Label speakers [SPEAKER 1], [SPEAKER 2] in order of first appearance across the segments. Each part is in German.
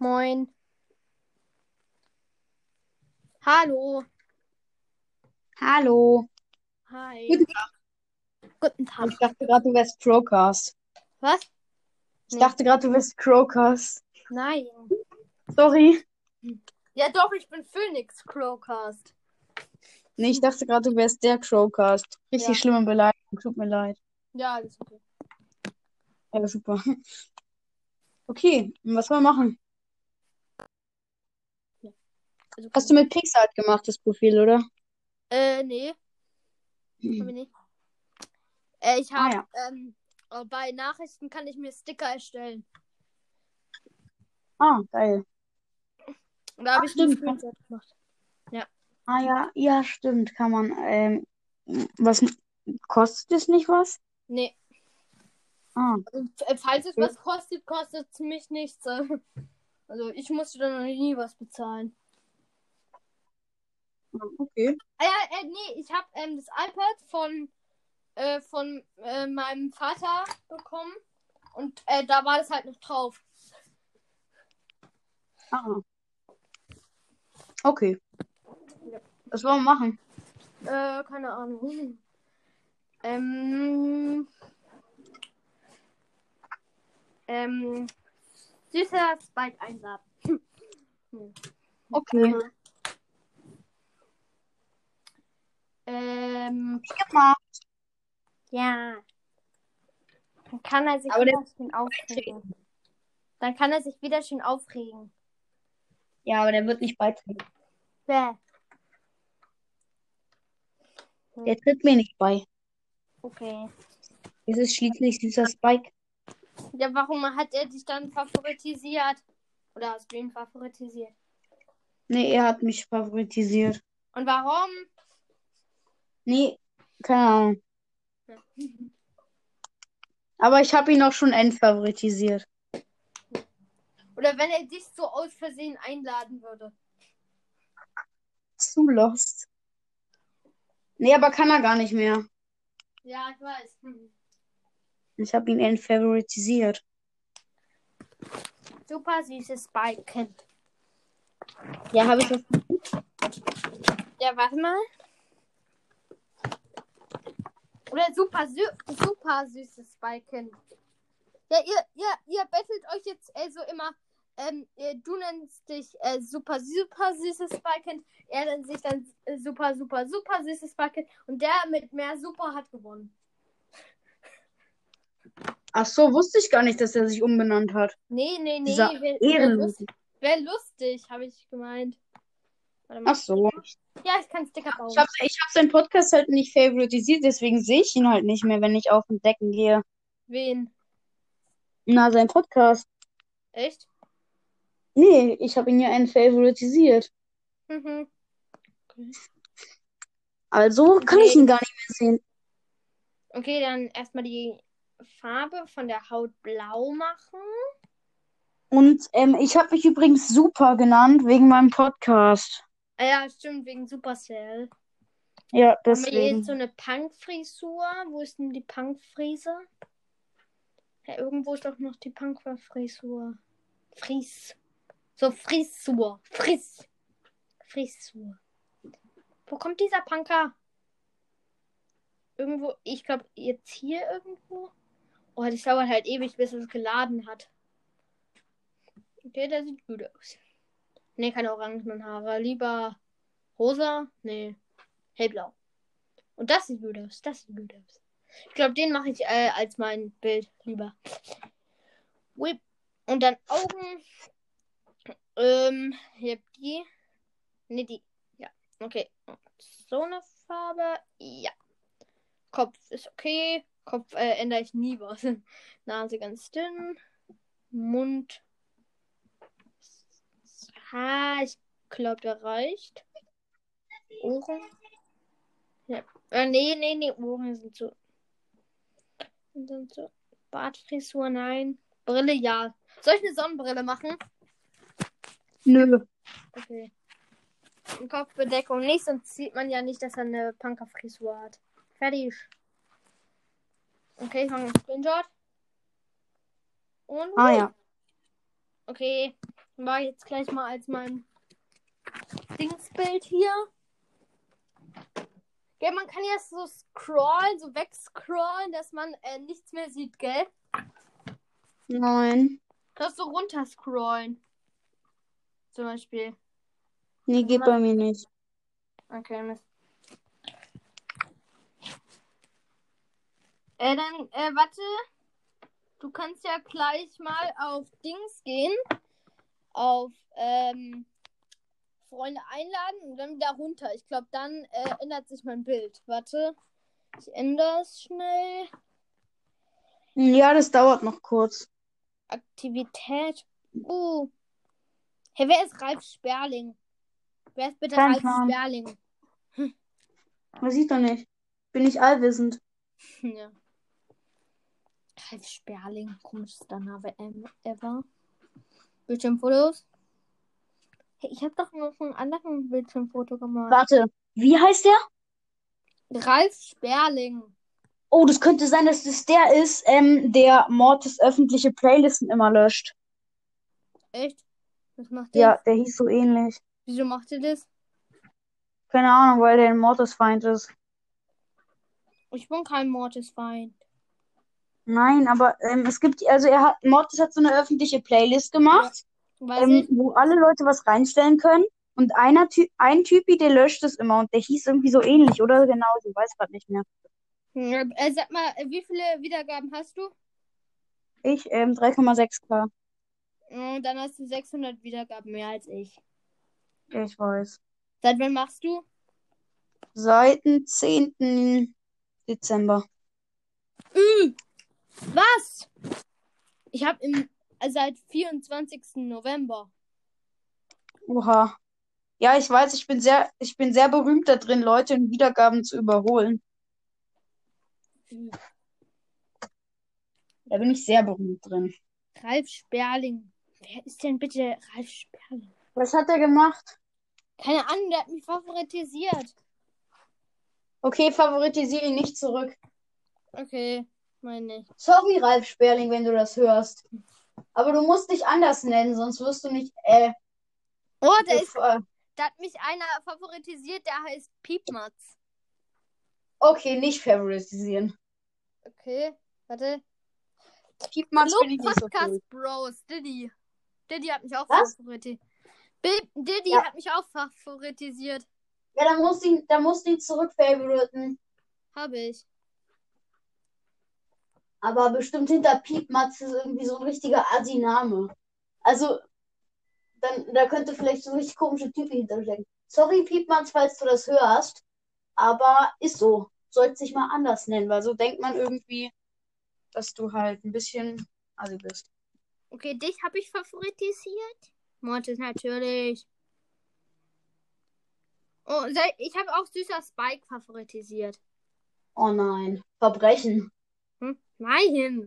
[SPEAKER 1] Moin. Hallo.
[SPEAKER 2] Hallo.
[SPEAKER 1] Hi.
[SPEAKER 2] Guten Tag.
[SPEAKER 1] Guten Tag.
[SPEAKER 2] Ich dachte gerade, du wärst Crowcast.
[SPEAKER 1] Was?
[SPEAKER 2] Ich
[SPEAKER 1] Nee.
[SPEAKER 2] dachte gerade, du wärst Crowcast.
[SPEAKER 1] Nein.
[SPEAKER 2] Sorry.
[SPEAKER 1] Ja doch, ich bin Phoenix Crowcast.
[SPEAKER 2] Nee, ich dachte gerade, du wärst der Crowcast. Richtig
[SPEAKER 1] Ja.
[SPEAKER 2] schlimme Beleidigung. Tut mir leid.
[SPEAKER 1] Ja, alles okay.
[SPEAKER 2] Ja, super. Okay, was wollen wir machen?
[SPEAKER 1] Ja. Also,
[SPEAKER 2] Hast du mit Pixart gemacht, das Profil, oder?
[SPEAKER 1] nee, hab ich nicht. Ich
[SPEAKER 2] Ah
[SPEAKER 1] hab,
[SPEAKER 2] ja.
[SPEAKER 1] bei Nachrichten kann ich mir Sticker erstellen.
[SPEAKER 2] Ah, geil.
[SPEAKER 1] Und da habe ich einen
[SPEAKER 2] Stimmt.
[SPEAKER 1] Screenshot gemacht. Ja.
[SPEAKER 2] Ah ja, ja, stimmt. Kann man. Was kostet es nicht was?
[SPEAKER 1] Nee.
[SPEAKER 2] Ah,
[SPEAKER 1] Und, falls es
[SPEAKER 2] okay.
[SPEAKER 1] was kostet, kostet es mich nichts. Also ich musste da noch nie was bezahlen.
[SPEAKER 2] Okay.
[SPEAKER 1] Ah ja, nee, ich habe das iPad von meinem Vater bekommen und da war das halt noch drauf.
[SPEAKER 2] Ah, okay. Was wollen wir machen?
[SPEAKER 1] Keine Ahnung. Ähm, ähm, süßer Spike einladen.
[SPEAKER 2] Okay. Ja,
[SPEAKER 1] Ja. Dann kann er sich
[SPEAKER 2] aber der
[SPEAKER 1] wieder schön aufregen. Dann kann er sich wieder schön aufregen.
[SPEAKER 2] Ja, aber der wird nicht beitreten.
[SPEAKER 1] Bäh.
[SPEAKER 2] Der tritt mir nicht bei.
[SPEAKER 1] Okay.
[SPEAKER 2] Es ist schließlich dieser Spike.
[SPEAKER 1] Ja, warum hat er dich dann favoritisiert? Oder hast du ihn favoritisiert?
[SPEAKER 2] Nee, er hat mich favoritisiert.
[SPEAKER 1] Und warum?
[SPEAKER 2] Nee, keine Ahnung.
[SPEAKER 1] Ja.
[SPEAKER 2] Aber ich habe ihn auch schon entfavoritisiert.
[SPEAKER 1] Oder wenn er dich so aus Versehen einladen würde.
[SPEAKER 2] Zu lost. Nee, aber kann er gar nicht mehr.
[SPEAKER 1] Ja, ich weiß.
[SPEAKER 2] Ich habe ihn entfavoritisiert.
[SPEAKER 1] Super süßes Spike-Kind.
[SPEAKER 2] Ja, habe ich auf.
[SPEAKER 1] Ja, warte mal. Oder super süßes Spike-Kind. Ja, ihr bettelt euch jetzt so immer. Du nennst dich super süßes Spike-Kind. Er nennt sich dann super süßes Spike-Kind. Und der mit mehr Super hat gewonnen.
[SPEAKER 2] Ach so, wusste ich gar nicht, dass er sich umbenannt hat.
[SPEAKER 1] Nee.
[SPEAKER 2] Dieser
[SPEAKER 1] Wär
[SPEAKER 2] Ehrenlose.
[SPEAKER 1] lustig, habe ich gemeint. Warte
[SPEAKER 2] Ach
[SPEAKER 1] mal.
[SPEAKER 2] so.
[SPEAKER 1] Ja, ich kann Sticker
[SPEAKER 2] Ich
[SPEAKER 1] bauen.
[SPEAKER 2] habe ich hab seinen Podcast halt nicht favoritisiert, deswegen sehe ich ihn halt nicht mehr, wenn ich auf Entdecken gehe.
[SPEAKER 1] Wen?
[SPEAKER 2] Na, sein Podcast.
[SPEAKER 1] Echt?
[SPEAKER 2] Nee, ich habe ihn ja entfavoritisiert.
[SPEAKER 1] Mhm.
[SPEAKER 2] Also kann ich
[SPEAKER 1] Okay.
[SPEAKER 2] ihn gar nicht mehr sehen.
[SPEAKER 1] Okay, dann erstmal die Farbe von der Haut blau machen.
[SPEAKER 2] Und ich habe mich übrigens Super genannt wegen meinem Podcast.
[SPEAKER 1] Ah ja, stimmt, wegen Supercell.
[SPEAKER 2] Ja,
[SPEAKER 1] Haben wir jetzt so
[SPEAKER 2] deswegen.
[SPEAKER 1] eine Punk-Frisur? Wo ist denn die Punk-Frise? Ja, irgendwo ist doch noch die Punk-Frisur. Fries. So, Frisur. Frisur. Wo kommt dieser Punker? Irgendwo, ich glaube, jetzt hier irgendwo. Oh, das dauert halt ewig, bis es geladen hat. Okay, der sieht gut aus. Ne, keine orangenen Haare. Lieber rosa? Nee, hellblau. Und das sieht gut aus. Das sieht gut aus. Ich glaube, den mache ich als mein Bild lieber. Whip. Und dann Augen. Hier die. Ne, die. Ja, okay. So eine Farbe. Ja. Kopf ist okay. Kopf ändere ich nie was. Nase ganz dünn. Mund. Ich glaube, der reicht. Ohren. Ja. Nee. Ohren sind so. Bartfrisur, nein. Brille, ja. Soll ich eine Sonnenbrille machen?
[SPEAKER 2] Nö.
[SPEAKER 1] Okay. Und Kopfbedeckung nicht, sonst sieht man ja nicht, dass er eine Punkerfrisur hat. Fertig. Okay, ich mache einen Screenshot. Und
[SPEAKER 2] Ah ja.
[SPEAKER 1] okay. War jetzt gleich mal als mein Dingsbild hier. Gell, man kann ja so scrollen, so wegscrollen, dass man nichts mehr sieht, gell?
[SPEAKER 2] Nein.
[SPEAKER 1] Du kannst so runterscrollen. Zum Beispiel.
[SPEAKER 2] Nee, geht bei mir nicht.
[SPEAKER 1] Okay, Mist. Dann, warte. Du kannst ja gleich mal auf Dings gehen. Auf, Freunde einladen und dann wieder runter. Ich glaube, dann ändert sich mein Bild. Warte. Ich ändere es schnell.
[SPEAKER 2] Ja, das dauert noch kurz.
[SPEAKER 1] Aktivität. Hey, wer ist Ralf Sperling? Wer ist bitte
[SPEAKER 2] Kein
[SPEAKER 1] Ralf
[SPEAKER 2] Plan.
[SPEAKER 1] Sperling?
[SPEAKER 2] Weiß ich doch nicht. Bin ich allwissend.
[SPEAKER 1] Ja. Ralf Sperling. Komischster Name ever. Bildschirmfotos. Hey, ich habe doch noch ein anderes Bildschirmfoto gemacht.
[SPEAKER 2] Warte, wie heißt der?
[SPEAKER 1] Ralf Sperling.
[SPEAKER 2] Oh, das könnte sein, dass das der ist, der Mortis öffentliche Playlisten immer löscht.
[SPEAKER 1] Echt? Was macht der?
[SPEAKER 2] Ja, der hieß so ähnlich.
[SPEAKER 1] Wieso macht ihr das?
[SPEAKER 2] Keine Ahnung, weil der ein Mortis-Feind ist.
[SPEAKER 1] Ich bin kein Mortis-Feind.
[SPEAKER 2] Nein, aber es gibt, also Mortis hat so eine öffentliche Playlist gemacht,
[SPEAKER 1] Weiß ich?
[SPEAKER 2] wo alle Leute was reinstellen können. Und ein Typi, der löscht es immer und der hieß irgendwie so ähnlich oder genauso, weiß gerade nicht mehr.
[SPEAKER 1] Ja, sag mal, wie viele Wiedergaben hast du?
[SPEAKER 2] Ich 3,6K.
[SPEAKER 1] Dann hast du 600 Wiedergaben mehr als ich.
[SPEAKER 2] Ich weiß.
[SPEAKER 1] Seit wann machst du?
[SPEAKER 2] Seit dem 10. Dezember.
[SPEAKER 1] Was? Ich habe seit 24. November.
[SPEAKER 2] Oha. Ja, ich weiß, ich bin sehr berühmt da drin, Leute in Wiedergaben zu überholen. Da bin ich sehr berühmt drin.
[SPEAKER 1] Ralf Sperling. Wer ist denn bitte Ralf Sperling?
[SPEAKER 2] Was hat er gemacht?
[SPEAKER 1] Keine Ahnung, der hat mich favoritisiert.
[SPEAKER 2] Okay, favorisiere ihn nicht zurück.
[SPEAKER 1] Okay, meine ich.
[SPEAKER 2] Sorry, Ralf Sperling, wenn du das hörst. Aber du musst dich anders nennen, sonst wirst du nicht,
[SPEAKER 1] Oh, da hat mich einer favoritisiert, der heißt Piepmatz.
[SPEAKER 2] Okay, nicht favorisieren.
[SPEAKER 1] Okay, warte.
[SPEAKER 2] Piepmatz bin ich nicht so
[SPEAKER 1] Podcast
[SPEAKER 2] cool.
[SPEAKER 1] Bros, Diddy. Diddy hat mich auch
[SPEAKER 2] Was?
[SPEAKER 1] favoritisiert. Diddy
[SPEAKER 2] Ja.
[SPEAKER 1] hat mich auch favoritisiert.
[SPEAKER 2] Ja, da musst du ihn zurück favoriten.
[SPEAKER 1] Habe ich.
[SPEAKER 2] Aber bestimmt hinter Piepmatz ist irgendwie so ein richtiger Assi-Name. Also, da könnte vielleicht so ein richtig komischer Typ hinterstecken. Sorry, Piepmatz, falls du das hörst. Aber ist so. Sollte sich mal anders nennen, weil so denkt man irgendwie, dass du halt ein bisschen Assi bist.
[SPEAKER 1] Okay, dich habe ich favoritisiert. Mortis natürlich. Oh, ich habe auch süßer Spike favoritisiert.
[SPEAKER 2] Oh nein. Verbrechen.
[SPEAKER 1] Nein.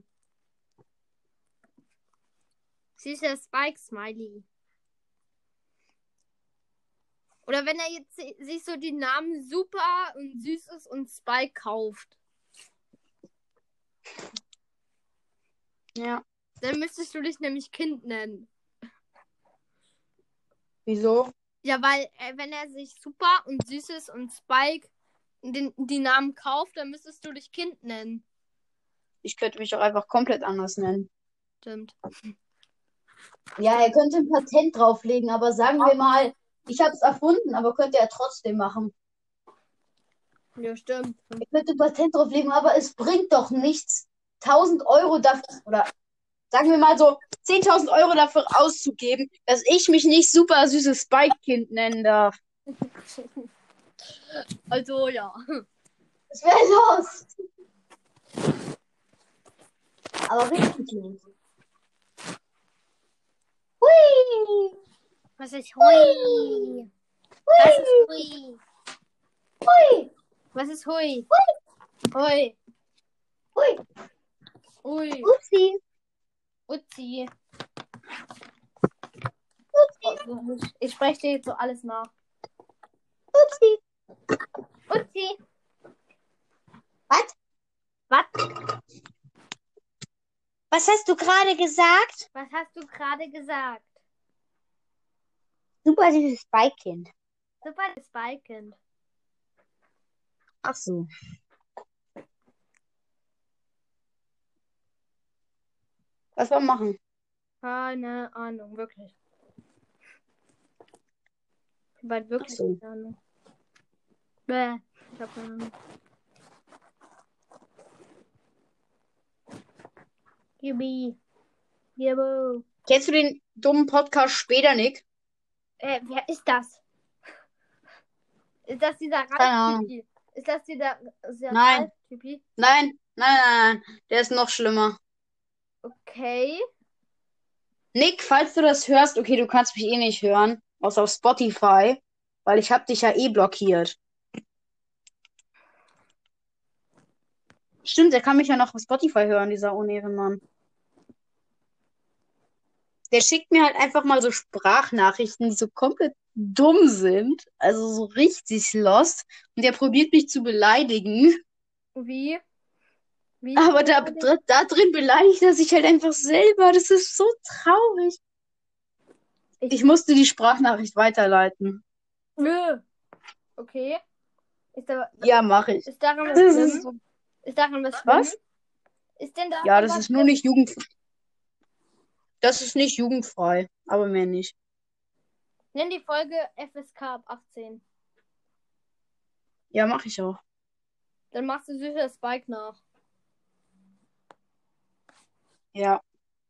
[SPEAKER 1] Süßer Spike Smiley. Oder wenn er jetzt sich so die Namen Super und Süßes und Spike kauft.
[SPEAKER 2] Ja.
[SPEAKER 1] Dann müsstest du dich nämlich Kind nennen.
[SPEAKER 2] Wieso?
[SPEAKER 1] Ja, weil wenn er sich Super und Süßes und Spike die Namen kauft, dann müsstest du dich Kind nennen.
[SPEAKER 2] Ich könnte mich auch einfach komplett anders nennen.
[SPEAKER 1] Stimmt.
[SPEAKER 2] Ja, er könnte ein Patent drauflegen, aber sagen wir mal, ich habe es erfunden, aber könnte er trotzdem machen.
[SPEAKER 1] Ja, stimmt.
[SPEAKER 2] Er könnte ein Patent drauflegen, aber es bringt doch nichts, 1.000 € dafür, oder sagen wir mal so, 10.000 € dafür auszugeben, dass ich mich nicht super süßes Spike-Kind nennen darf.
[SPEAKER 1] Also, ja.
[SPEAKER 2] Das wäre los. Aber richtig los. Hui!
[SPEAKER 1] Was ist Hui? Was ist Hui?
[SPEAKER 2] Hui!
[SPEAKER 1] Was ist Hui? Hui.
[SPEAKER 2] Hui!
[SPEAKER 1] Hui.
[SPEAKER 2] Upsi!
[SPEAKER 1] Uzi.
[SPEAKER 2] Upsi!
[SPEAKER 1] Ich spreche dir jetzt so alles nach.
[SPEAKER 2] Upsi!
[SPEAKER 1] Uzi.
[SPEAKER 2] Was?
[SPEAKER 1] Was?
[SPEAKER 2] Was hast du gerade gesagt?
[SPEAKER 1] Was hast du gerade gesagt?
[SPEAKER 2] Super süßes Spike-Kind.
[SPEAKER 1] Super Spike-Kind.
[SPEAKER 2] Ach so. Was wollen wir machen?
[SPEAKER 1] Keine Ahnung, wirklich. Ich habe halt
[SPEAKER 2] Ach
[SPEAKER 1] wirklich
[SPEAKER 2] so.
[SPEAKER 1] keine Ahnung. Bäh, ich habe keine Ahnung. Gibi. Gibi.
[SPEAKER 2] Kennst du den dummen Podcast später, Nick?
[SPEAKER 1] Wer ist das? Ist das dieser
[SPEAKER 2] Keine Ahnung.
[SPEAKER 1] Ralf-Typi? Ist das dieser
[SPEAKER 2] Nein.
[SPEAKER 1] Ralf-Typi?
[SPEAKER 2] Nein, nein, nein, nein. Der ist noch schlimmer.
[SPEAKER 1] Okay.
[SPEAKER 2] Nick, falls du das hörst, okay, du kannst mich eh nicht hören, außer auf Spotify, weil ich hab dich ja eh blockiert. Stimmt, der kann mich ja noch auf Spotify hören, dieser Unehrenmann. Der schickt mir halt einfach mal so Sprachnachrichten, die so komplett dumm sind, also so richtig lost. Und der probiert mich zu beleidigen.
[SPEAKER 1] Wie? Wie?
[SPEAKER 2] Aber da drin beleidigt er sich halt einfach selber. Das ist so traurig. Ich musste die Sprachnachricht weiterleiten.
[SPEAKER 1] Nö. Okay.
[SPEAKER 2] Ja, mache ich.
[SPEAKER 1] Ist daran was
[SPEAKER 2] Das
[SPEAKER 1] schlimm?
[SPEAKER 2] ist so.
[SPEAKER 1] Ist daran was schlimm?
[SPEAKER 2] Was?
[SPEAKER 1] Ist denn da
[SPEAKER 2] Ja, das
[SPEAKER 1] was
[SPEAKER 2] ist nur
[SPEAKER 1] schlimm?
[SPEAKER 2] nicht jugendfrei. Das ist nicht jugendfrei, aber mehr nicht.
[SPEAKER 1] Nenn die Folge FSK ab 18.
[SPEAKER 2] Ja, mache ich auch.
[SPEAKER 1] Dann machst du süßer Spike nach.
[SPEAKER 2] Ja.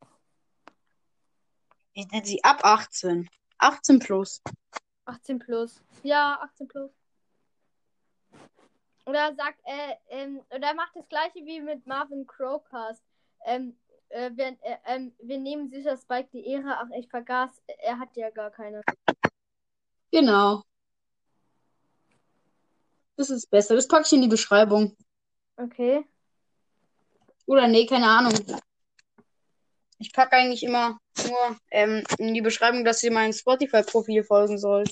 [SPEAKER 2] Ich nenne sie ab 18. 18 plus.
[SPEAKER 1] 18 plus. Ja, 18 plus. Oder sagt, oder macht das gleiche wie mit Marvin Crowcast. Wir nehmen süßer Spike die Ehre. Ach, ich vergaß, er hat ja gar keine.
[SPEAKER 2] Genau. Das ist besser. Das packe ich in die Beschreibung.
[SPEAKER 1] Okay.
[SPEAKER 2] Oder nee, keine Ahnung. Ich packe eigentlich immer nur in die Beschreibung, dass ihr mein Spotify-Profil folgen sollt.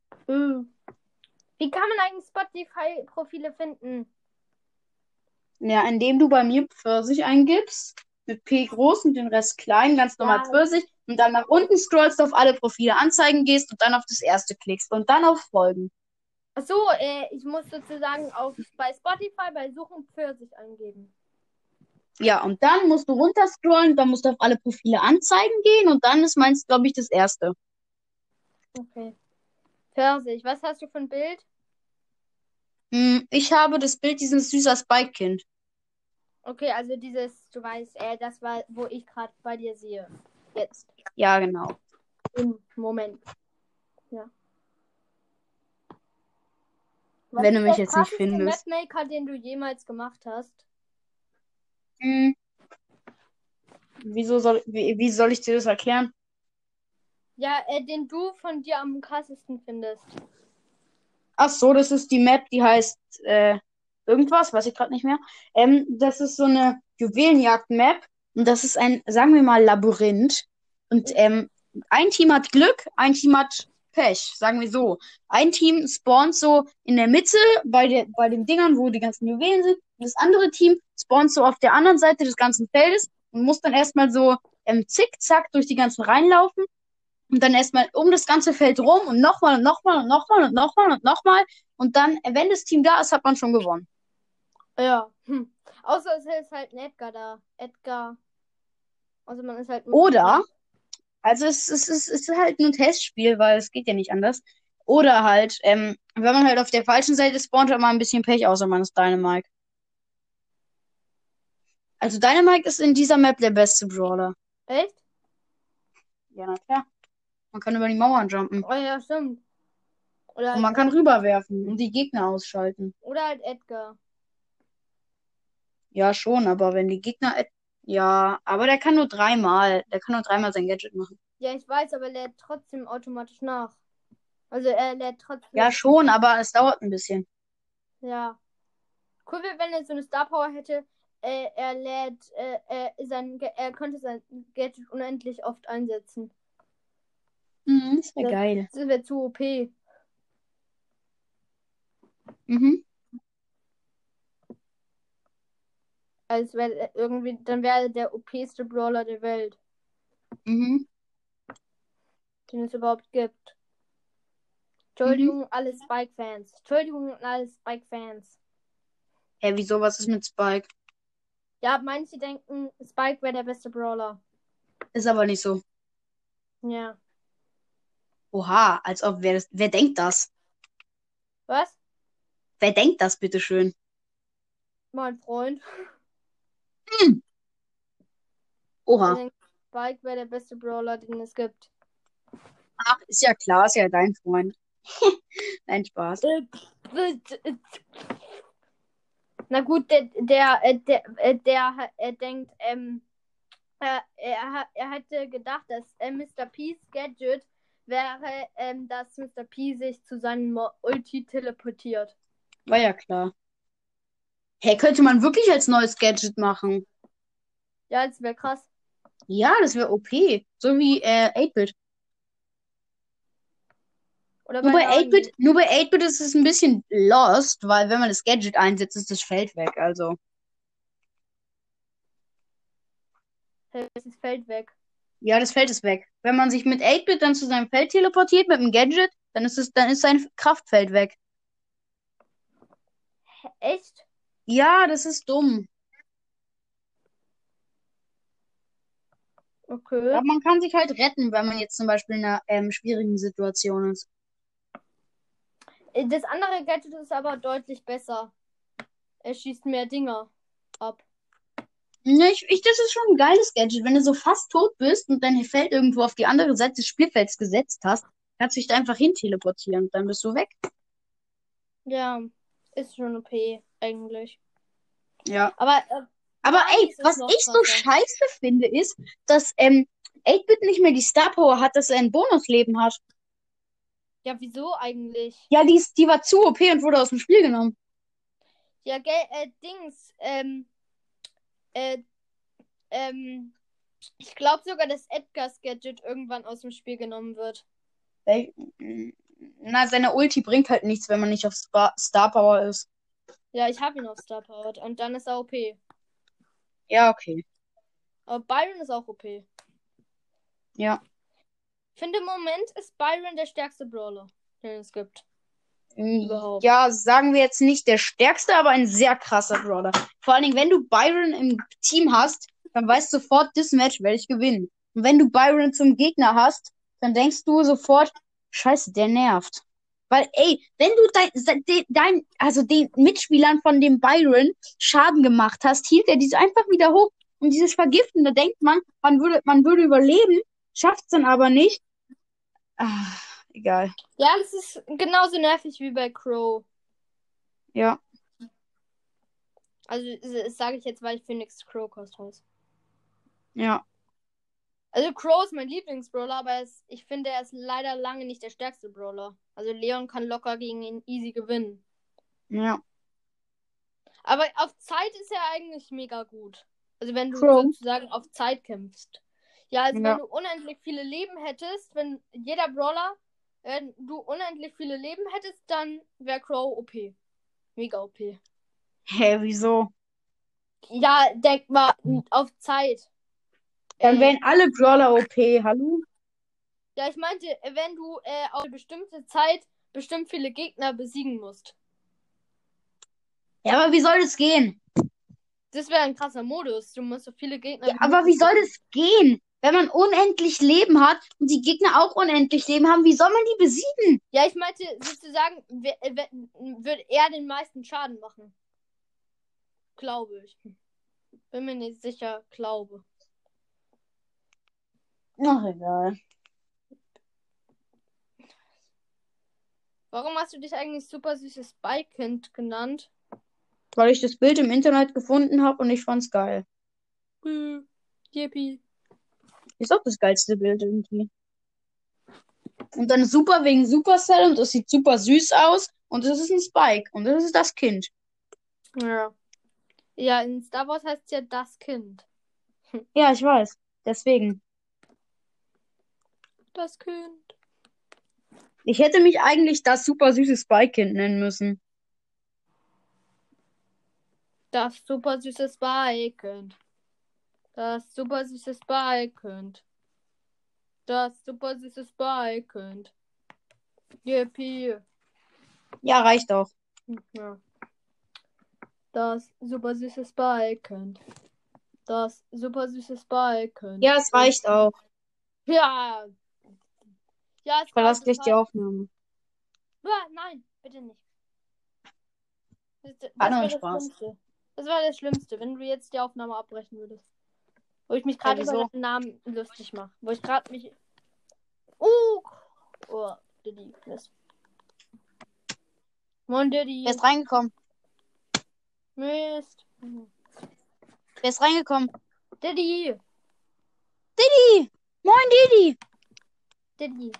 [SPEAKER 1] Wie kann man eigentlich Spotify-Profile finden?
[SPEAKER 2] Ja, indem du bei mir Pfirsich eingibst, mit P groß und den Rest klein, ganz normal
[SPEAKER 1] Ja.
[SPEAKER 2] Pfirsich, und dann nach unten scrollst, auf alle Profile anzeigen gehst und dann auf das erste klickst und dann auf Folgen.
[SPEAKER 1] Achso, ich muss sozusagen bei Spotify bei Suchen Pfirsich eingeben.
[SPEAKER 2] Ja, und dann musst du runterscrollen, dann musst du auf alle Profile anzeigen gehen und dann ist meins, glaube ich, das erste.
[SPEAKER 1] Okay. Pfirsich. Was hast du für ein Bild?
[SPEAKER 2] Ich habe das Bild dieses süßer Spike-Kind.
[SPEAKER 1] Okay, also dieses, du weißt, das war, wo ich gerade bei dir sehe. Jetzt.
[SPEAKER 2] Ja, genau.
[SPEAKER 1] Im Moment. Ja.
[SPEAKER 2] Wenn du mich
[SPEAKER 1] Was ist der
[SPEAKER 2] jetzt nicht
[SPEAKER 1] krasseste
[SPEAKER 2] findest.
[SPEAKER 1] Mapmaker, den du jemals gemacht hast?
[SPEAKER 2] Hm, wie soll ich dir das erklären?
[SPEAKER 1] Ja, den du von dir am krassesten findest.
[SPEAKER 2] Ach so, das ist die Map, die heißt irgendwas, weiß ich gerade nicht mehr. Das ist so eine Juwelenjagd-Map und das ist ein, sagen wir mal, Labyrinth. Und ein Team hat Glück, ein Team hat Pech, sagen wir so. Ein Team spawnt so in der Mitte bei den Dingern, wo die ganzen Juwelen sind. Und das andere Team spawnt so auf der anderen Seite des ganzen Feldes und muss dann erstmal so zickzack durch die ganzen Reihen laufen. Und dann erstmal um das ganze Feld rum und nochmal und nochmal und nochmal und nochmal und nochmal. Und dann, wenn das Team da ist, hat man schon gewonnen.
[SPEAKER 1] Ja. Außer es ist halt ein Edgar da. Edgar. Also man ist halt.
[SPEAKER 2] Oder, also es ist halt nur ein Testspiel, weil es geht ja nicht anders. Oder halt, wenn man halt auf der falschen Seite spawnt, hat man ein bisschen Pech, außer man ist Dynamite. Also Dynamite ist in dieser Map der beste Brawler.
[SPEAKER 1] Echt?
[SPEAKER 2] Ja, na klar. Man kann über die Mauern jumpen.
[SPEAKER 1] Oh ja, stimmt. Oder
[SPEAKER 2] Und man kann rüberwerfen und die Gegner ausschalten.
[SPEAKER 1] Oder halt Edgar.
[SPEAKER 2] Ja, schon, aber wenn die Gegner. Ja, aber der kann nur dreimal. Der kann nur dreimal sein Gadget machen.
[SPEAKER 1] Ja, ich weiß, aber er lädt trotzdem automatisch nach. Also er lädt trotzdem.
[SPEAKER 2] Ja, schon, aber es dauert ein bisschen.
[SPEAKER 1] Ja. Cool wäre, wenn er so eine Star Power hätte. Er lädt, er könnte sein Gadget unendlich oft einsetzen.
[SPEAKER 2] Das wäre geil.
[SPEAKER 1] Das wäre zu OP.
[SPEAKER 2] Mhm.
[SPEAKER 1] Also dann wäre er der OP-ste Brawler der Welt,
[SPEAKER 2] Mhm.
[SPEAKER 1] den es überhaupt gibt. Entschuldigung, alle Spike-Fans. Entschuldigung, alle Spike-Fans.
[SPEAKER 2] Hä, wieso? Was ist mit Spike?
[SPEAKER 1] Ja, manche denken, Spike wäre der beste Brawler.
[SPEAKER 2] Ist aber nicht so.
[SPEAKER 1] Ja.
[SPEAKER 2] Oha, als ob wer denkt das?
[SPEAKER 1] Was?
[SPEAKER 2] Wer denkt das, bitteschön?
[SPEAKER 1] Mein Freund.
[SPEAKER 2] Hm.
[SPEAKER 1] Der
[SPEAKER 2] Oha.
[SPEAKER 1] denkt, Spike wäre der beste Brawler, den es gibt.
[SPEAKER 2] Ach, ist ja klar, ist ja dein Freund. Nein, Spaß.
[SPEAKER 1] Na gut, der denkt, er hätte gedacht, dass Mr. P's Gadget wäre, dass Mr. P sich zu seinem Ulti teleportiert.
[SPEAKER 2] War ja klar. Hä, könnte man wirklich als neues Gadget machen?
[SPEAKER 1] Ja, das wäre krass.
[SPEAKER 2] Ja, das wäre OP. So wie 8-Bit.
[SPEAKER 1] Oder
[SPEAKER 2] Nur
[SPEAKER 1] bei
[SPEAKER 2] bei
[SPEAKER 1] Nani.
[SPEAKER 2] 8-Bit, nur bei 8-Bit ist es ein bisschen lost, weil wenn man das Gadget einsetzt, ist das Feld weg. Also,
[SPEAKER 1] Das Feld weg.
[SPEAKER 2] ja, das Feld ist weg. Wenn man sich mit 8-Bit dann zu seinem Feld teleportiert mit dem Gadget, dann ist sein Kraftfeld weg.
[SPEAKER 1] Echt?
[SPEAKER 2] Ja, das ist dumm.
[SPEAKER 1] Okay.
[SPEAKER 2] Aber man kann sich halt retten, wenn man jetzt zum Beispiel in einer schwierigen Situation ist.
[SPEAKER 1] Das andere Gadget ist aber deutlich besser. Er schießt mehr Dinger ab.
[SPEAKER 2] Ne, das ist schon ein geiles Gadget. Wenn du so fast tot bist und dein Feld irgendwo auf die andere Seite des Spielfelds gesetzt hast, kannst du dich da einfach hin teleportieren und dann bist du weg.
[SPEAKER 1] Ja, ist schon OP, eigentlich.
[SPEAKER 2] Ja.
[SPEAKER 1] Aber
[SPEAKER 2] Aber ey,
[SPEAKER 1] Nanis ist
[SPEAKER 2] was
[SPEAKER 1] noch
[SPEAKER 2] ich so
[SPEAKER 1] krasser.
[SPEAKER 2] scheiße finde, ist, dass 8-Bit nicht mehr die Star Power hat, dass er ein Bonusleben hat.
[SPEAKER 1] Ja, wieso eigentlich?
[SPEAKER 2] Ja, die war zu OP und wurde aus dem Spiel genommen.
[SPEAKER 1] Ja, Dings, äh, ich glaube sogar, dass Edgars Gadget irgendwann aus dem Spiel genommen wird.
[SPEAKER 2] Na, seine Ulti bringt halt nichts, wenn man nicht auf Star Power ist.
[SPEAKER 1] Ja, ich habe ihn auf Star Powered und dann ist er OP.
[SPEAKER 2] Ja, okay.
[SPEAKER 1] Aber Byron ist auch OP.
[SPEAKER 2] Ja.
[SPEAKER 1] Ich finde, im Moment ist Byron der stärkste Brawler, den es gibt. Überhaupt.
[SPEAKER 2] Ja, sagen wir jetzt nicht der stärkste, aber ein sehr krasser Brawler. Vor allen Dingen, wenn du Byron im Team hast, dann weißt du sofort, das Match werde ich gewinnen. Und wenn du Byron zum Gegner hast, dann denkst du sofort, scheiße, der nervt. Weil, ey, wenn du also den Mitspielern von dem Byron Schaden gemacht hast, hielt er diese einfach wieder hoch. Und dieses Vergiften, da denkt man würde überleben, schafft's dann aber nicht. Ah, egal.
[SPEAKER 1] Ja, das ist genauso nervig wie bei Crow.
[SPEAKER 2] Ja.
[SPEAKER 1] Also, das sage ich jetzt, weil ich Phoenix Crow Cost heiße.
[SPEAKER 2] Ja.
[SPEAKER 1] Also, Crow ist mein Lieblingsbrawler, aber ich finde, er ist leider lange nicht der stärkste Brawler. Also, Leon kann locker gegen ihn easy gewinnen.
[SPEAKER 2] Ja.
[SPEAKER 1] Aber auf Zeit ist er eigentlich mega gut. Also, wenn du
[SPEAKER 2] Crow.
[SPEAKER 1] sozusagen auf Zeit kämpfst. Ja, also,
[SPEAKER 2] Ja.
[SPEAKER 1] wenn du unendlich viele Leben hättest, wenn jeder Brawler, wenn du unendlich viele Leben hättest, dann wäre Crow OP. Mega OP.
[SPEAKER 2] Hä, wieso?
[SPEAKER 1] Ja, denk mal auf Zeit.
[SPEAKER 2] Dann wären alle Brawler OP, hallo?
[SPEAKER 1] Ja, ich meinte, wenn du auf eine bestimmte Zeit bestimmt viele Gegner besiegen musst.
[SPEAKER 2] Ja, aber wie soll das gehen?
[SPEAKER 1] Das wäre ein krasser Modus. Du musst so viele Gegner
[SPEAKER 2] Ja,
[SPEAKER 1] wie
[SPEAKER 2] aber wie
[SPEAKER 1] möglich
[SPEAKER 2] soll
[SPEAKER 1] besiegen.
[SPEAKER 2] das gehen? Wenn man unendlich Leben hat und die Gegner auch unendlich Leben haben, wie soll man die besiegen?
[SPEAKER 1] Ja, ich meinte sozusagen, würde er den meisten Schaden machen. Glaube ich. Bin mir nicht sicher, glaube.
[SPEAKER 2] Ach, egal.
[SPEAKER 1] Warum hast du dich eigentlich super süßes Spike-Kind genannt?
[SPEAKER 2] Weil ich das Bild im Internet gefunden habe und ich fand's geil.
[SPEAKER 1] Yippie.
[SPEAKER 2] Ist auch das geilste Bild irgendwie. Und dann super wegen Supercell und es sieht super süß aus und es ist ein Spike und das ist das Kind.
[SPEAKER 1] Ja. Ja, in Star Wars heißt es ja das Kind.
[SPEAKER 2] Ja, ich weiß. Deswegen.
[SPEAKER 1] Das Kind.
[SPEAKER 2] Ich hätte mich eigentlich das super süße Spike-Kind nennen müssen.
[SPEAKER 1] Das super süße Spike-Kind. Das super süße Spike-Kind. Das super süße Spike-Kind. Yippie.
[SPEAKER 2] Ja, reicht auch.
[SPEAKER 1] Ja. Das super süße Spike. Das super süße Spike.
[SPEAKER 2] Ja, es reicht auch.
[SPEAKER 1] Ja. Ja,
[SPEAKER 2] Ich
[SPEAKER 1] es
[SPEAKER 2] verlasse
[SPEAKER 1] reicht.
[SPEAKER 2] gleich die Aufnahme.
[SPEAKER 1] Nein, bitte nicht. Das
[SPEAKER 2] Hat nur
[SPEAKER 1] wäre
[SPEAKER 2] einen
[SPEAKER 1] das
[SPEAKER 2] Spaß.
[SPEAKER 1] Schlimmste. Das wäre das Schlimmste, wenn du jetzt die Aufnahme abbrechen würdest. Wo ich mich
[SPEAKER 2] Ja,
[SPEAKER 1] gerade über
[SPEAKER 2] wieso?
[SPEAKER 1] deinen Namen lustig mache. Wo ich gerade mich. Oh, Diddy. Mist. Moin, Diddy.
[SPEAKER 2] Wer ist reingekommen?
[SPEAKER 1] Mist.
[SPEAKER 2] Wer ist reingekommen?
[SPEAKER 1] Diddy.
[SPEAKER 2] Didi! Moin, Didi!
[SPEAKER 1] Diddy.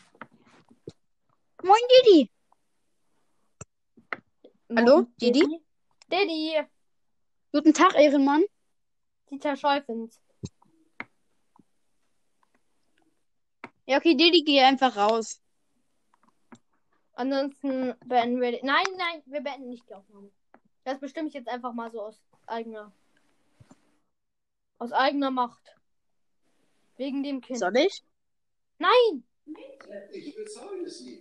[SPEAKER 2] Moin, Didi! Hallo,
[SPEAKER 1] Moin,
[SPEAKER 2] Didi?
[SPEAKER 1] Diddy.
[SPEAKER 2] Guten Tag, Ehrenmann.
[SPEAKER 1] Dieter Scheufens.
[SPEAKER 2] Ja, okay, Didi, geh einfach raus.
[SPEAKER 1] Ansonsten beenden wir. Nein, wir beenden nicht die Aufnahme. Das bestimme ich jetzt einfach mal so aus eigener Macht. Wegen dem Kind.
[SPEAKER 2] Soll ich?
[SPEAKER 1] Nein!
[SPEAKER 3] Ich bezeuge sie.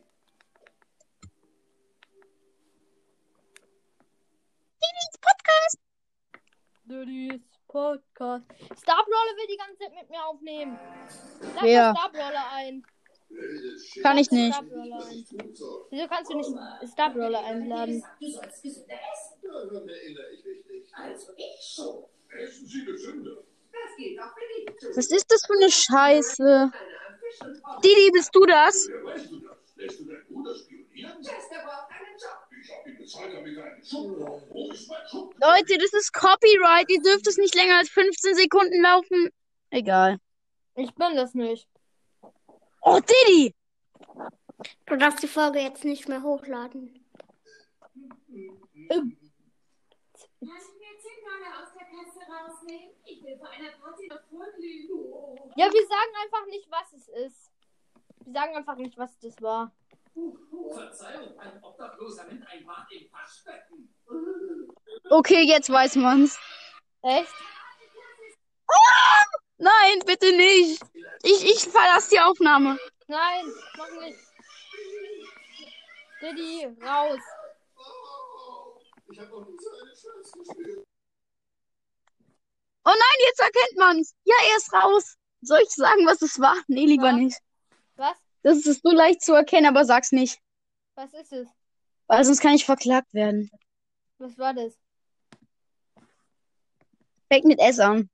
[SPEAKER 2] Didis Podcast.
[SPEAKER 1] Diddy's Podcast. Starbrawler will die ganze Zeit mit mir aufnehmen. Lad
[SPEAKER 2] Wer?
[SPEAKER 1] mal Starbrawler ein.
[SPEAKER 2] Kann ich nicht.
[SPEAKER 1] Starbrawler ein. Wieso kannst du nicht Starbrawler einladen?
[SPEAKER 3] Du sollst gesünder essen. Daran erinnere ich mich nicht. Also ich schon. Essen Sie gesünder. Das geht auch beliebt.
[SPEAKER 2] Was ist das für eine Scheiße? Didi, bist du das?
[SPEAKER 3] Woher weißt du das? Lässt du deinen Bruder spionieren? Chester braucht einen Job. Ich habe ihn bezahlt, damit er einen Schub braucht. Wo ist mein Schub?
[SPEAKER 2] Leute, das ist Copyright. Ihr dürft es nicht länger als 15 Sekunden laufen. Egal.
[SPEAKER 1] Ich bin das nicht.
[SPEAKER 2] Oh, Didi!
[SPEAKER 4] Du darfst die Folge jetzt nicht mehr hochladen.
[SPEAKER 5] Kannst du mir 10 Dollar aus der Kasse rausnehmen? Ich will vor einer Party noch vorglühen.
[SPEAKER 1] Ja, wir sagen einfach nicht, was es ist. Wir sagen einfach nicht, was das war.
[SPEAKER 3] Verzeihung, ein Obdachloser nimmt ein Bad im Waschbecken.
[SPEAKER 2] Okay, jetzt weiß man's.
[SPEAKER 1] Echt?
[SPEAKER 2] Nein, bitte nicht. Ich verlasse die Aufnahme.
[SPEAKER 1] Nein, mach nicht. Diddy, raus.
[SPEAKER 3] Oh, ich habe noch nie so eine Scheiße gespielt.
[SPEAKER 2] Oh nein, jetzt erkennt man's. Ja, er ist raus. Soll ich sagen, was es war? Nee, lieber
[SPEAKER 1] Ja.
[SPEAKER 2] nicht.
[SPEAKER 1] Was?
[SPEAKER 2] Das ist so leicht zu erkennen, aber sag's nicht.
[SPEAKER 1] Was ist es?
[SPEAKER 2] Weil sonst kann ich verklagt werden.
[SPEAKER 1] Was war das?
[SPEAKER 2] Fängt mit S an.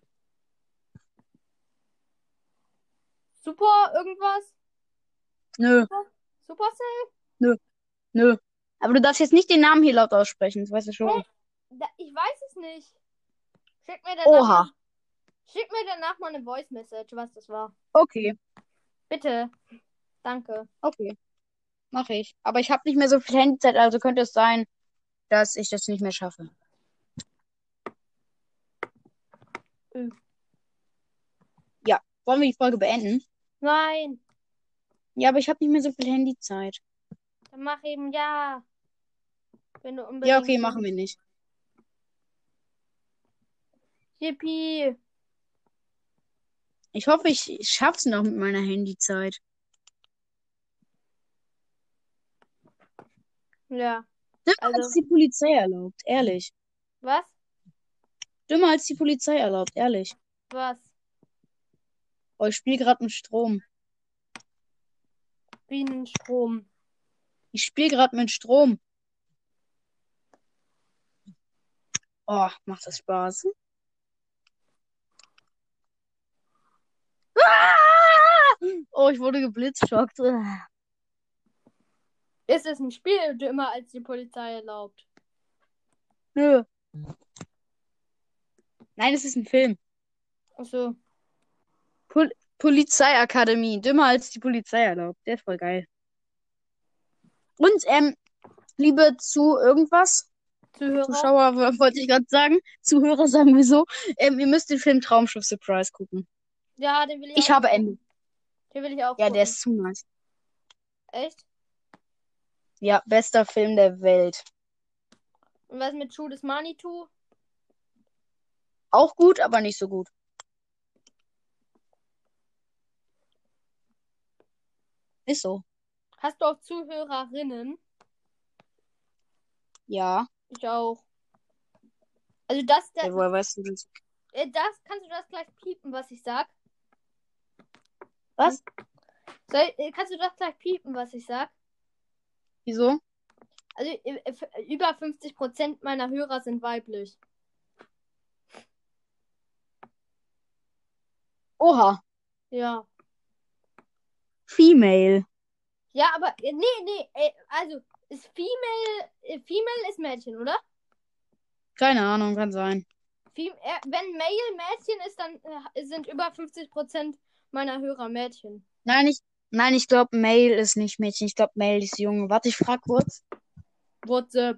[SPEAKER 1] Super irgendwas?
[SPEAKER 2] Nö,
[SPEAKER 1] Supercell?
[SPEAKER 2] nö. Aber du darfst jetzt nicht den Namen hier laut aussprechen, das weißt du schon.
[SPEAKER 1] Hey, ich weiß es nicht. Schick mir
[SPEAKER 2] Oha.
[SPEAKER 1] danach mal eine Voice Message, was das war.
[SPEAKER 2] Okay,
[SPEAKER 1] Bitte. Danke.
[SPEAKER 2] okay. Mach ich. Aber ich habe nicht mehr so viel Handyzeit, also könnte es sein, dass ich das nicht mehr schaffe. Ja, wollen wir die Folge beenden?
[SPEAKER 1] Nein.
[SPEAKER 2] Ja, aber ich habe nicht mehr so viel Handyzeit.
[SPEAKER 1] Dann mach eben ja. Wenn du unbedingt.
[SPEAKER 2] Ja, okay, machen wir nicht.
[SPEAKER 1] Yippie.
[SPEAKER 2] Ich hoffe, ich schaff's noch mit meiner Handyzeit.
[SPEAKER 1] Ja.
[SPEAKER 2] Dümmer
[SPEAKER 1] Also-
[SPEAKER 2] als die Polizei erlaubt, ehrlich.
[SPEAKER 1] Was?
[SPEAKER 2] Dümmer als die Polizei erlaubt, ehrlich.
[SPEAKER 1] Was?
[SPEAKER 2] Oh, ich spiele gerade mit Strom.
[SPEAKER 1] Bienenstrom.
[SPEAKER 2] Ich spiele gerade mit Strom. Oh, macht das Spaß? Ah! Oh, ich wurde geblitzschockt.
[SPEAKER 1] Ist es ein Spiel dümmer als die Polizei erlaubt?
[SPEAKER 2] Nö. Nein, es ist ein Film.
[SPEAKER 1] Achso.
[SPEAKER 2] Polizeiakademie. Dümmer als die Polizei erlaubt. Der ist voll geil. Und, liebe
[SPEAKER 1] Zuhörer.
[SPEAKER 2] Zuschauer, wollte ich gerade sagen. Zuhörer sagen wir so. Ihr müsst den Film Traumschiff Surprise gucken.
[SPEAKER 1] Ja, den will ich
[SPEAKER 2] Ich
[SPEAKER 1] auch
[SPEAKER 2] habe
[SPEAKER 1] gucken.
[SPEAKER 2] Ende.
[SPEAKER 1] Den will ich auch
[SPEAKER 2] Ja,
[SPEAKER 1] gucken.
[SPEAKER 2] der ist zu nice.
[SPEAKER 1] Echt?
[SPEAKER 2] Ja, bester Film der Welt.
[SPEAKER 1] Und was mit Schuh des Manitou?
[SPEAKER 2] Auch gut, aber nicht so gut. Ist so.
[SPEAKER 1] Hast du auch Zuhörerinnen?
[SPEAKER 2] Ja.
[SPEAKER 1] Ich auch. Also das
[SPEAKER 2] Woher weißt du das?
[SPEAKER 1] kannst du das gleich piepen, was ich sag?
[SPEAKER 2] Was?
[SPEAKER 1] Kannst du das gleich piepen, was ich sag?
[SPEAKER 2] Wieso?
[SPEAKER 1] Also über 50% meiner Hörer sind weiblich.
[SPEAKER 2] Oha.
[SPEAKER 1] Ja.
[SPEAKER 2] Female.
[SPEAKER 1] Ja, aber nee, also ist Female ist Mädchen, oder?
[SPEAKER 2] Keine Ahnung, kann sein.
[SPEAKER 1] Wenn Male Mädchen ist, dann sind über 50% meiner Hörer Mädchen.
[SPEAKER 2] Nein, ich glaube, Male ist nicht Mädchen. Ich glaube, Male ist Junge. Warte, ich frag kurz.
[SPEAKER 1] WhatsApp.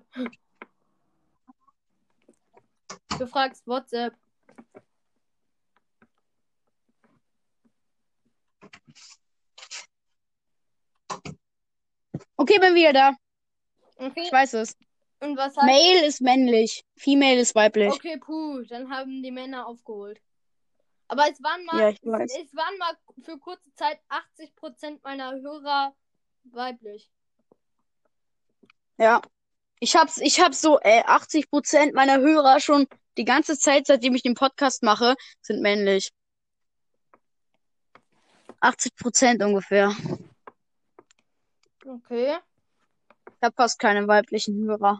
[SPEAKER 1] Du fragst WhatsApp.
[SPEAKER 2] Okay, bin wieder da.
[SPEAKER 1] Okay.
[SPEAKER 2] Ich weiß es.
[SPEAKER 1] Und was heißt?
[SPEAKER 2] Male ist männlich. Female ist weiblich.
[SPEAKER 1] Okay, dann haben die Männer aufgeholt. Aber es waren mal,
[SPEAKER 2] Ja, ich weiß.
[SPEAKER 1] es waren mal für kurze Zeit 80% meiner Hörer weiblich.
[SPEAKER 2] Ja. Ich hab so 80% meiner Hörer schon die ganze Zeit, seitdem ich den Podcast mache, sind männlich. 80% ungefähr.
[SPEAKER 1] Okay.
[SPEAKER 2] Ich habe fast keine weiblichen Hörer.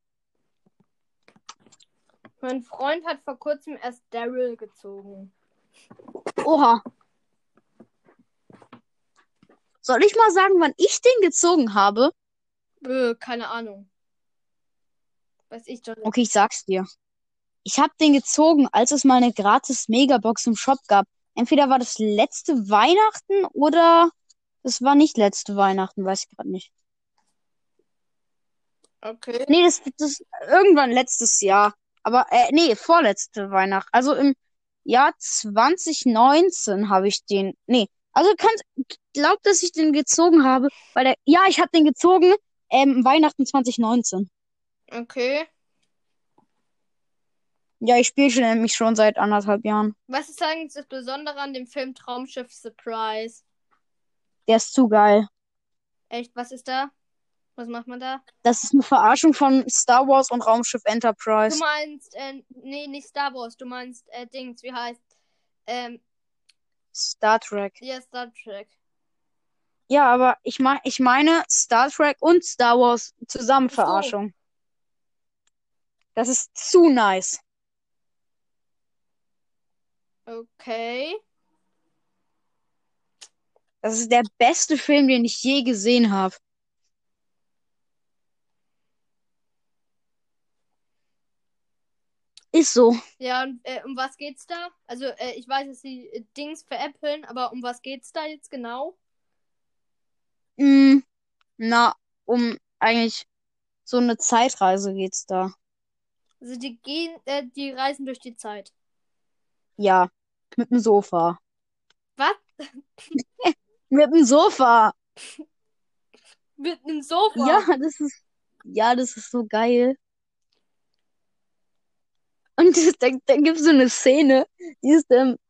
[SPEAKER 1] Mein Freund hat vor kurzem erst Daryl gezogen.
[SPEAKER 2] Oha. Soll ich mal sagen, wann ich den gezogen habe?
[SPEAKER 1] Keine Ahnung. Weiß ich doch nicht.
[SPEAKER 2] Okay, ich sag's dir. Ich habe den gezogen, als es mal eine gratis Megabox im Shop gab. Entweder war das letzte Weihnachten oder das war nicht letzte Weihnachten, weiß ich gerade nicht.
[SPEAKER 1] Okay.
[SPEAKER 2] Nee, das irgendwann letztes Jahr. Aber, nee, vorletzte Weihnachten. Also im Jahr 2019 habe ich den. Nee, also glaubt, dass ich den gezogen habe, weil ich habe den gezogen, Weihnachten 2019.
[SPEAKER 1] Okay.
[SPEAKER 2] Ja, ich spiele nämlich schon seit 1,5 Jahren.
[SPEAKER 1] Was ist eigentlich das Besondere an dem Film Traumschiff Surprise?
[SPEAKER 2] Der ist zu geil.
[SPEAKER 1] Echt, was ist da? Was macht man da?
[SPEAKER 2] Das ist eine Verarschung von Star Wars und Raumschiff
[SPEAKER 1] Du
[SPEAKER 2] Enterprise.
[SPEAKER 1] meinst, nee, nicht Star Wars, du meinst, Dings, wie heißt?
[SPEAKER 2] Star Trek.
[SPEAKER 1] Ja, Star Trek.
[SPEAKER 2] Ja, aber ich meine Star Trek und Star Wars zusammen
[SPEAKER 1] Ach so.
[SPEAKER 2] Verarschung. Das ist zu nice.
[SPEAKER 1] Okay.
[SPEAKER 2] Das ist der beste Film, den ich je gesehen habe. Ist so.
[SPEAKER 1] Ja, und um was geht's da? Also, ich weiß, dass sie Dings veräppeln, aber um was geht's da jetzt genau?
[SPEAKER 2] Um eigentlich so eine Zeitreise geht's da.
[SPEAKER 1] Also, die reisen durch die Zeit.
[SPEAKER 2] Ja, mit dem Sofa.
[SPEAKER 1] Was?
[SPEAKER 2] Mit dem Sofa.
[SPEAKER 1] Mit einem Sofa?
[SPEAKER 2] Ja, das ist so geil. Und dann gibt's so eine Szene, die ist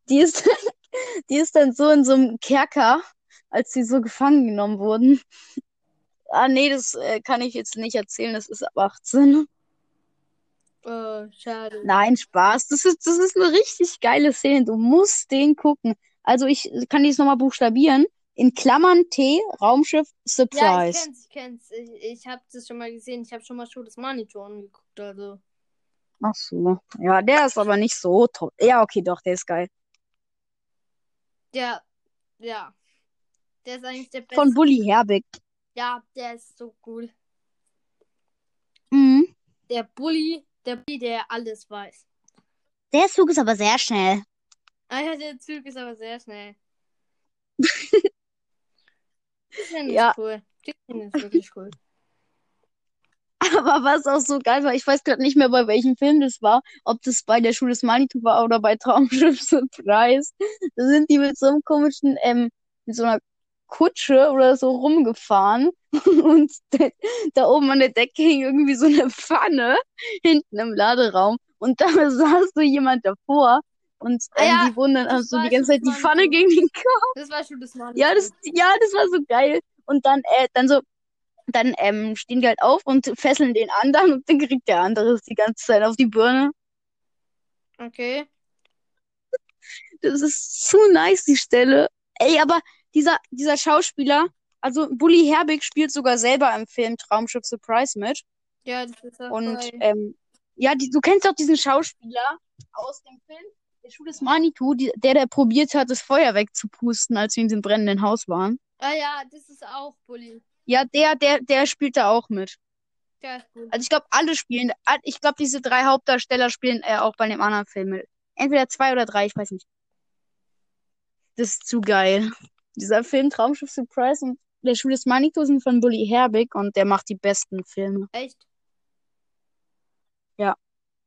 [SPEAKER 2] dann so in so einem Kerker, als sie so gefangen genommen wurden. Ah, nee, das kann ich jetzt nicht erzählen, das ist ab 18.
[SPEAKER 1] Schade.
[SPEAKER 2] Nein, Spaß. Das ist eine richtig geile Szene. Du musst den gucken. Also ich kann dies nochmal buchstabieren. In Klammern T, Raumschiff,
[SPEAKER 1] Ja, ich
[SPEAKER 2] Surprise.
[SPEAKER 1] kenn's. Ich hab das schon mal gesehen. Ich habe schon mal Show des Manitou angeguckt, also.
[SPEAKER 2] Ach so. Ja, der ist aber nicht so toll. Ja, okay, doch, der ist geil.
[SPEAKER 1] Ja. Der ist eigentlich der beste.
[SPEAKER 2] Von Bully Herbig.
[SPEAKER 1] Ja, der ist so cool.
[SPEAKER 2] Mhm.
[SPEAKER 1] Der Bully, der alles weiß.
[SPEAKER 2] Der Zug ist aber sehr schnell.
[SPEAKER 1] Alter, der Zug ist aber sehr schnell. Die sind
[SPEAKER 2] Ja.
[SPEAKER 1] cool. Die sind wirklich cool.
[SPEAKER 2] Aber was auch so geil war, ich weiß gerade nicht mehr, bei welchem Film das war, ob das bei der Schule des Manitou war oder bei Traumschiff Surprise. Da sind die mit so einem komischen, mit so einer Kutsche oder so rumgefahren und da oben an der Decke hing irgendwie so eine Pfanne hinten im Laderaum und da saß so jemand davor und die wurden dann
[SPEAKER 1] das
[SPEAKER 2] so
[SPEAKER 1] war
[SPEAKER 2] die ganze Zeit die
[SPEAKER 1] Schuh des
[SPEAKER 2] Pfanne
[SPEAKER 1] Manitou.
[SPEAKER 2] gegen den Kopf.
[SPEAKER 1] Das war Show des Manitou.
[SPEAKER 2] Ja, das war so geil. Und dann stehen die halt auf und fesseln den anderen und dann kriegt der andere es die ganze Zeit auf die Birne.
[SPEAKER 1] Okay.
[SPEAKER 2] Das ist zu nice, die Stelle. Ey, aber dieser Schauspieler, also Bully Herbig spielt sogar selber im Film Traumschiff Surprise mit.
[SPEAKER 1] Ja, das ist auch
[SPEAKER 2] Und
[SPEAKER 1] geil.
[SPEAKER 2] ja, du kennst doch diesen Schauspieler aus dem Film, der Schuh des Manitou, der probiert hat, das Feuer wegzupusten, als wir in diesem brennenden Haus waren.
[SPEAKER 1] Ah ja, das ist auch Bully.
[SPEAKER 2] Ja, der spielt da auch mit.
[SPEAKER 1] Der ist gut.
[SPEAKER 2] Also ich glaube, alle spielen. Ich glaube, diese 3 Hauptdarsteller spielen auch bei dem anderen Film mit. Entweder 2 oder 3, ich weiß nicht. Das ist zu geil. Dieser Film Traumschiff Surprise und der Schuh des Manitou sind von Bully Herbig und der macht die besten Filme.
[SPEAKER 1] Echt?
[SPEAKER 2] Ja.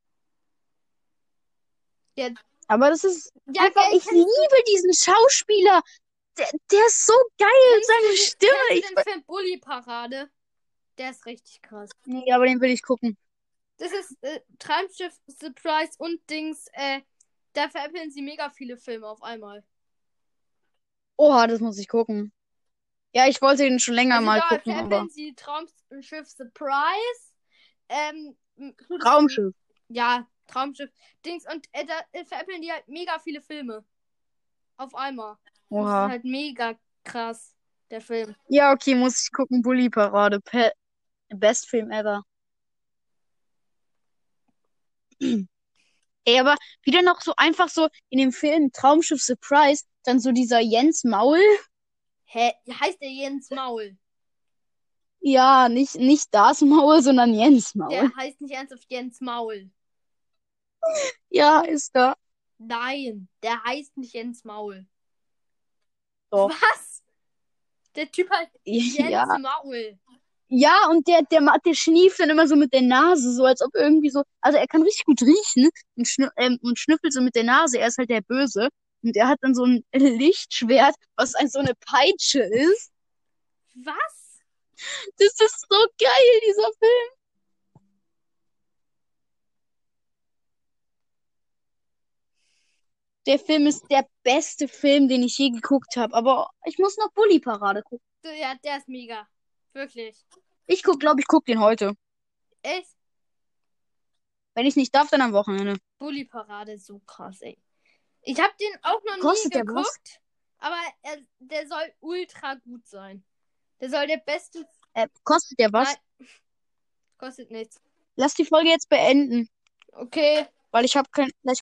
[SPEAKER 1] Ja,
[SPEAKER 2] Aber das ist
[SPEAKER 1] ja
[SPEAKER 2] einfach, ich liebe diesen Schauspieler. Der ist so geil, seine Stimme.
[SPEAKER 1] Kennst du den Film Bully Parade? Der ist richtig krass.
[SPEAKER 2] Nee, aber den will ich gucken.
[SPEAKER 1] Das ist Traumschiff Surprise und Dings. Da veräppeln sie mega viele Filme auf einmal.
[SPEAKER 2] Oha, das muss ich gucken. Ja, ich wollte den schon länger mal
[SPEAKER 1] da
[SPEAKER 2] gucken,
[SPEAKER 1] veräppeln
[SPEAKER 2] aber
[SPEAKER 1] sie Traumschiff Surprise.
[SPEAKER 2] Traumschiff.
[SPEAKER 1] Ja, Traumschiff. Dings. Und da veräppeln die halt mega viele Filme. Auf einmal. Das ist
[SPEAKER 2] Oha.
[SPEAKER 1] halt mega krass, der Film.
[SPEAKER 2] Ja, okay, muss ich gucken. Bully Parade. Best Film ever. Ey, aber wieder noch so einfach so in dem Film Traumschiff Surprise, dann so dieser Jens Maul.
[SPEAKER 1] Hä? Heißt der Jens Maul?
[SPEAKER 2] Ja, nicht das Maul, sondern Jens Maul.
[SPEAKER 1] Der heißt nicht ernsthaft Jens Maul.
[SPEAKER 2] Ja, ist da.
[SPEAKER 1] Nein, der heißt nicht Jens Maul.
[SPEAKER 2] Doch.
[SPEAKER 1] Was? Der Typ heißt Jens
[SPEAKER 2] Ja.
[SPEAKER 1] Maul.
[SPEAKER 2] Ja, und der schnieft dann immer so mit der Nase, so als ob irgendwie so. Also er kann richtig gut riechen und schnüffelt so mit der Nase. Er ist halt der Böse. Und er hat dann so ein Lichtschwert, was so eine Peitsche ist.
[SPEAKER 1] Was?
[SPEAKER 2] Das ist so geil, dieser Film. Der Film ist der beste Film, den ich je geguckt habe. Aber ich muss noch Bully Parade gucken.
[SPEAKER 1] Ja, der ist mega. Wirklich.
[SPEAKER 2] Ich glaube, ich gucke den heute.
[SPEAKER 1] Echt?
[SPEAKER 2] Wenn ich nicht darf, dann am Wochenende.
[SPEAKER 1] Bully Parade ist so krass, ey. Ich habe den auch noch
[SPEAKER 2] Kostet
[SPEAKER 1] nie
[SPEAKER 2] der was?
[SPEAKER 1] geguckt, aber der soll ultra gut sein. Der soll der beste.
[SPEAKER 2] Kostet der was?
[SPEAKER 1] Nein, kostet nichts.
[SPEAKER 2] Lass die Folge jetzt beenden.
[SPEAKER 1] Okay.
[SPEAKER 2] Weil ich habe kein.